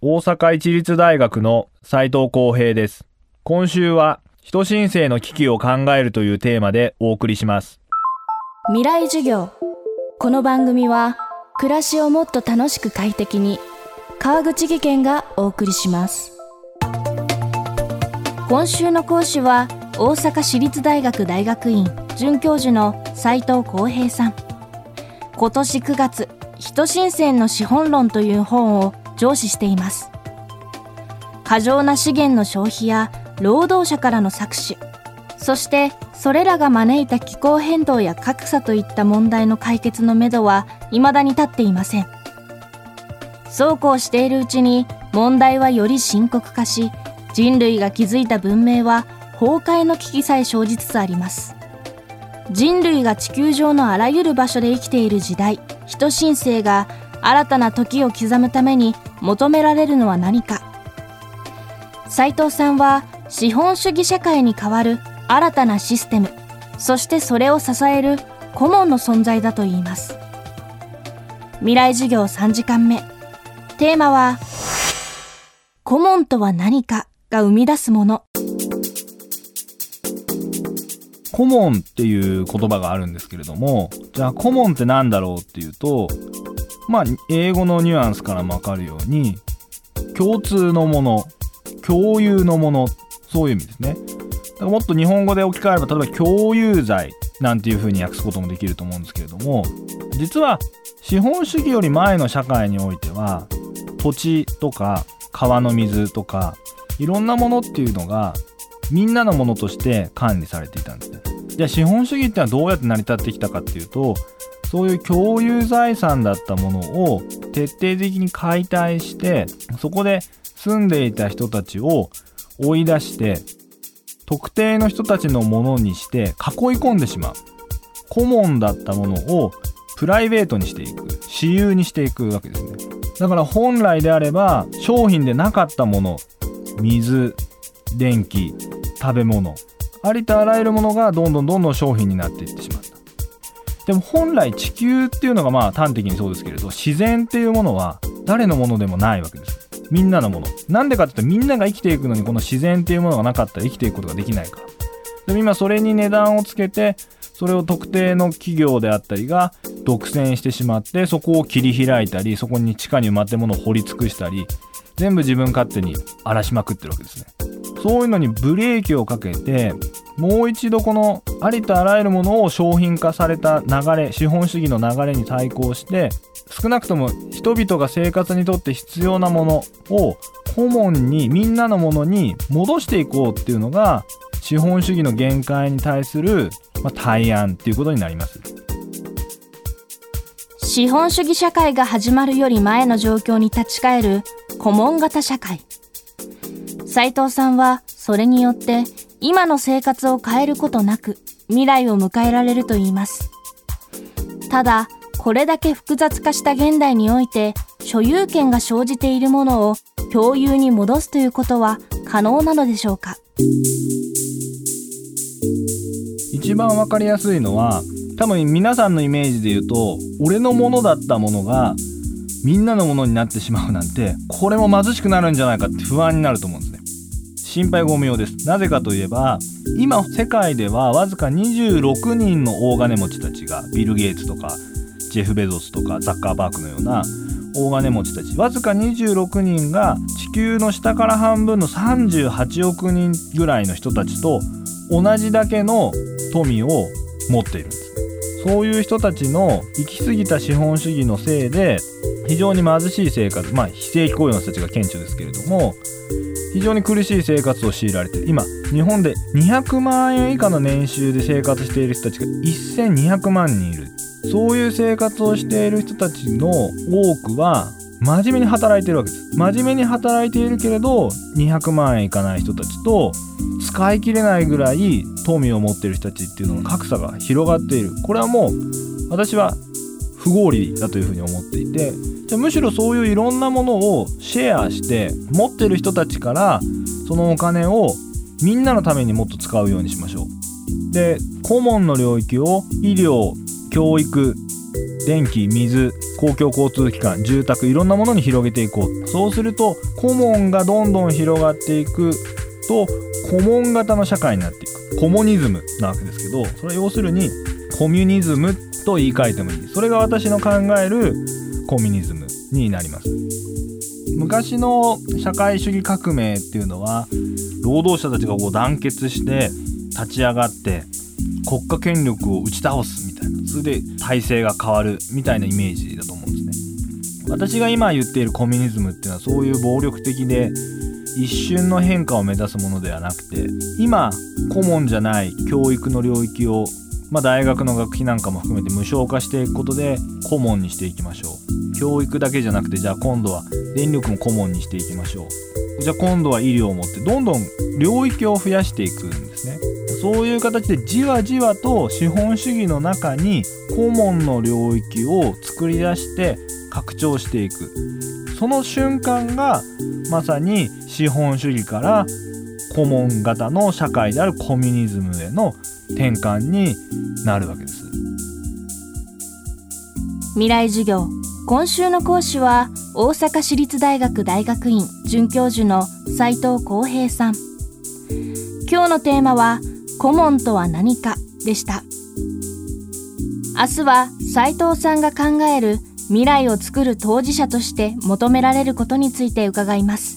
大阪市立大学の斉藤浩平です。今週は人新世の危機を考えるというテーマでお送りします。 未来授業。この番組は暮らしをもっと楽しく快適に、川口義賢がお送りします。今週の講師は大阪市立大学大学院准教授の斉藤浩平さん。今年9月、人新世の資本論という本を上梓しています。過剰な資源の消費や労働者からの搾取、そしてそれらが招いた気候変動や格差といった問題の解決のめどは未だに立っていません。そうこうしているうちに問題はより深刻化し、人類が築いた文明は崩壊の危機さえ生じつつあります。人類が地球上のあらゆる場所で生きている時代、人新世が新たな時を刻むために求められるのは何か。斉藤さんは資本主義社会に代わる新たなシステム、そしてそれを支える顧問の存在だといいます。未来授業3時間目。テーマは顧問とは何かが生み出すもの。 顧問っていう言葉があるんですけれども、じゃあ顧問って何だろうっていうと、英語のニュアンスからもわかるように共通のもの、共有のもの、そういう意味ですね。だからもっと日本語で置き換えれば、例えば共有財なんていう風に訳すこともできると思うんですけれども、実は資本主義より前の社会においては土地とか川の水とかいろんなものっていうのがみんなのものとして管理されていたんですね。じゃあ資本主義ってのはどうやって成り立ってきたかっていうと、そういう共有財産だったものを徹底的に解体して、そこで住んでいた人たちを追い出して特定の人たちのものにして囲い込んでしまう。顧問だったものをプライベートにしていく、私有にしていくわけですね。だから本来であれば商品でなかったもの、水、電気、食べ物、ありとあらゆるものがどんどん商品になっていってしまった。でも本来地球っていうのが端的にそうですけれど、自然っていうものは誰のものでもないわけです。みんなのもの。なんでかって言うと、みんなが生きていくのにこの自然っていうものがなかったら生きていくことができないから。でも今それに値段をつけて、それを特定の企業であったりが独占してしまって、そこを切り開いたり、そこに地下に埋まってるものを掘り尽くしたり、全部自分勝手に荒らしまくってるわけですね。そういうのにブレーキをかけて、もう一度このありとあらゆるものを商品化された流れ、資本主義の流れに対抗して、少なくとも人々が生活にとって必要なものを顧問に、みんなのものに戻していこうっていうのが資本主義の限界に対する対案っていうことになります。 資本主義社会が始まるより前の状況に立ち返る顧問型社会。斉藤さんはそれによって今の生活を変えることなく未来を迎えられると言います。ただ、これだけ複雑化した現代において所有権が生じているものを共有に戻すということは可能なのでしょうか。 一番わかりやすいのは、多分皆さんのイメージで言うと、俺のものだったものがみんなのものになってしまうなんて、これも貧しくなるんじゃないかって不安になると思うんですね。心配ご無用です。なぜかといえば、今世界ではわずか26人の大金持ちたちが、ビル・ゲイツとかジェフ・ベゾスとかザッカーバーグのような大金持ちたち、わずか26人が地球の下から半分の38億人ぐらいの人たちと同じだけの富を持っているんです。そういう人たちの行き過ぎた資本主義のせいで非常に貧しい生活、非正規雇用の人たちが顕著ですけれども、非常に苦しい生活を強いられている。今日本で200万円以下の年収で生活している人たちが1200万人いる。そういう生活をしている人たちの多くは真面目に働いているわけです。真面目に働いているけれど200万円いかない人たちと、使い切れないぐらい富を持っている人たちっていうのの格差が広がっている。これはもう私は不合理だというふうに思っていて、じゃあむしろそういういろんなものをシェアして持ってる人たちからそのお金をみんなのためにもっと使うようにしましょう。で、顧問の領域を医療、教育、 電気、水、公共交通機関、住宅、いろんなものに広げていこう。そうするとコモンがどんどん広がっていくとコモン型の社会になっていく。コモニズムなわけですけど、それは要するにコミュニズムと言い換えてもいい。それが私の考えるコミュニズムになります。昔の社会主義革命っていうのは労働者たちがこう団結して立ち上がって国家権力を打ち倒すみたいな、それで体制が変わるみたいなイメージだと思うんですね。私が今言っているコミュニズムっていうのはそういう暴力的で一瞬の変化を目指すものではなくて、今顧問じゃない教育の領域を、大学の学費なんかも含めて無償化していくことで顧問にしていきましょう。教育だけじゃなくて、じゃあ今度は電力も顧問にしていきましょう。じゃあ今度は医療もって、どんどん領域を増やしていくんですね。そういう形でじわじわと資本主義の中に顧問の領域を作り出して拡張していく。その瞬間がまさに資本主義から顧問型の社会であるコミュニズムへの転換になるわけです。 未来授業、今週の講師は大阪市立大学大学院准教授の斉藤浩平さん。今日のテーマは顧問とは何かでした。明日は斉藤さんが考える未来を作る当事者として求められることについて伺います。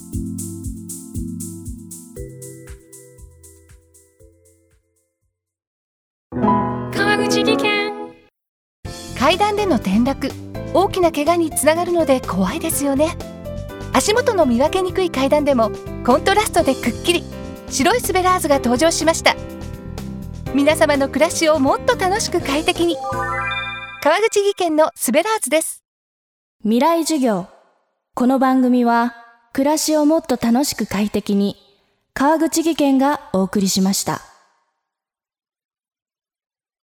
川口技研。階段での転落、大きな怪我につながるので怖いですよね。足元の見分けにくい階段でもコントラストでくっきり白いスベラーズが登場しました。皆様の暮らしをもっと楽しく快適に、川口技研のスベラーズです。 未来授業。この番組は暮らしをもっと楽しく快適に、川口技研がお送りしました。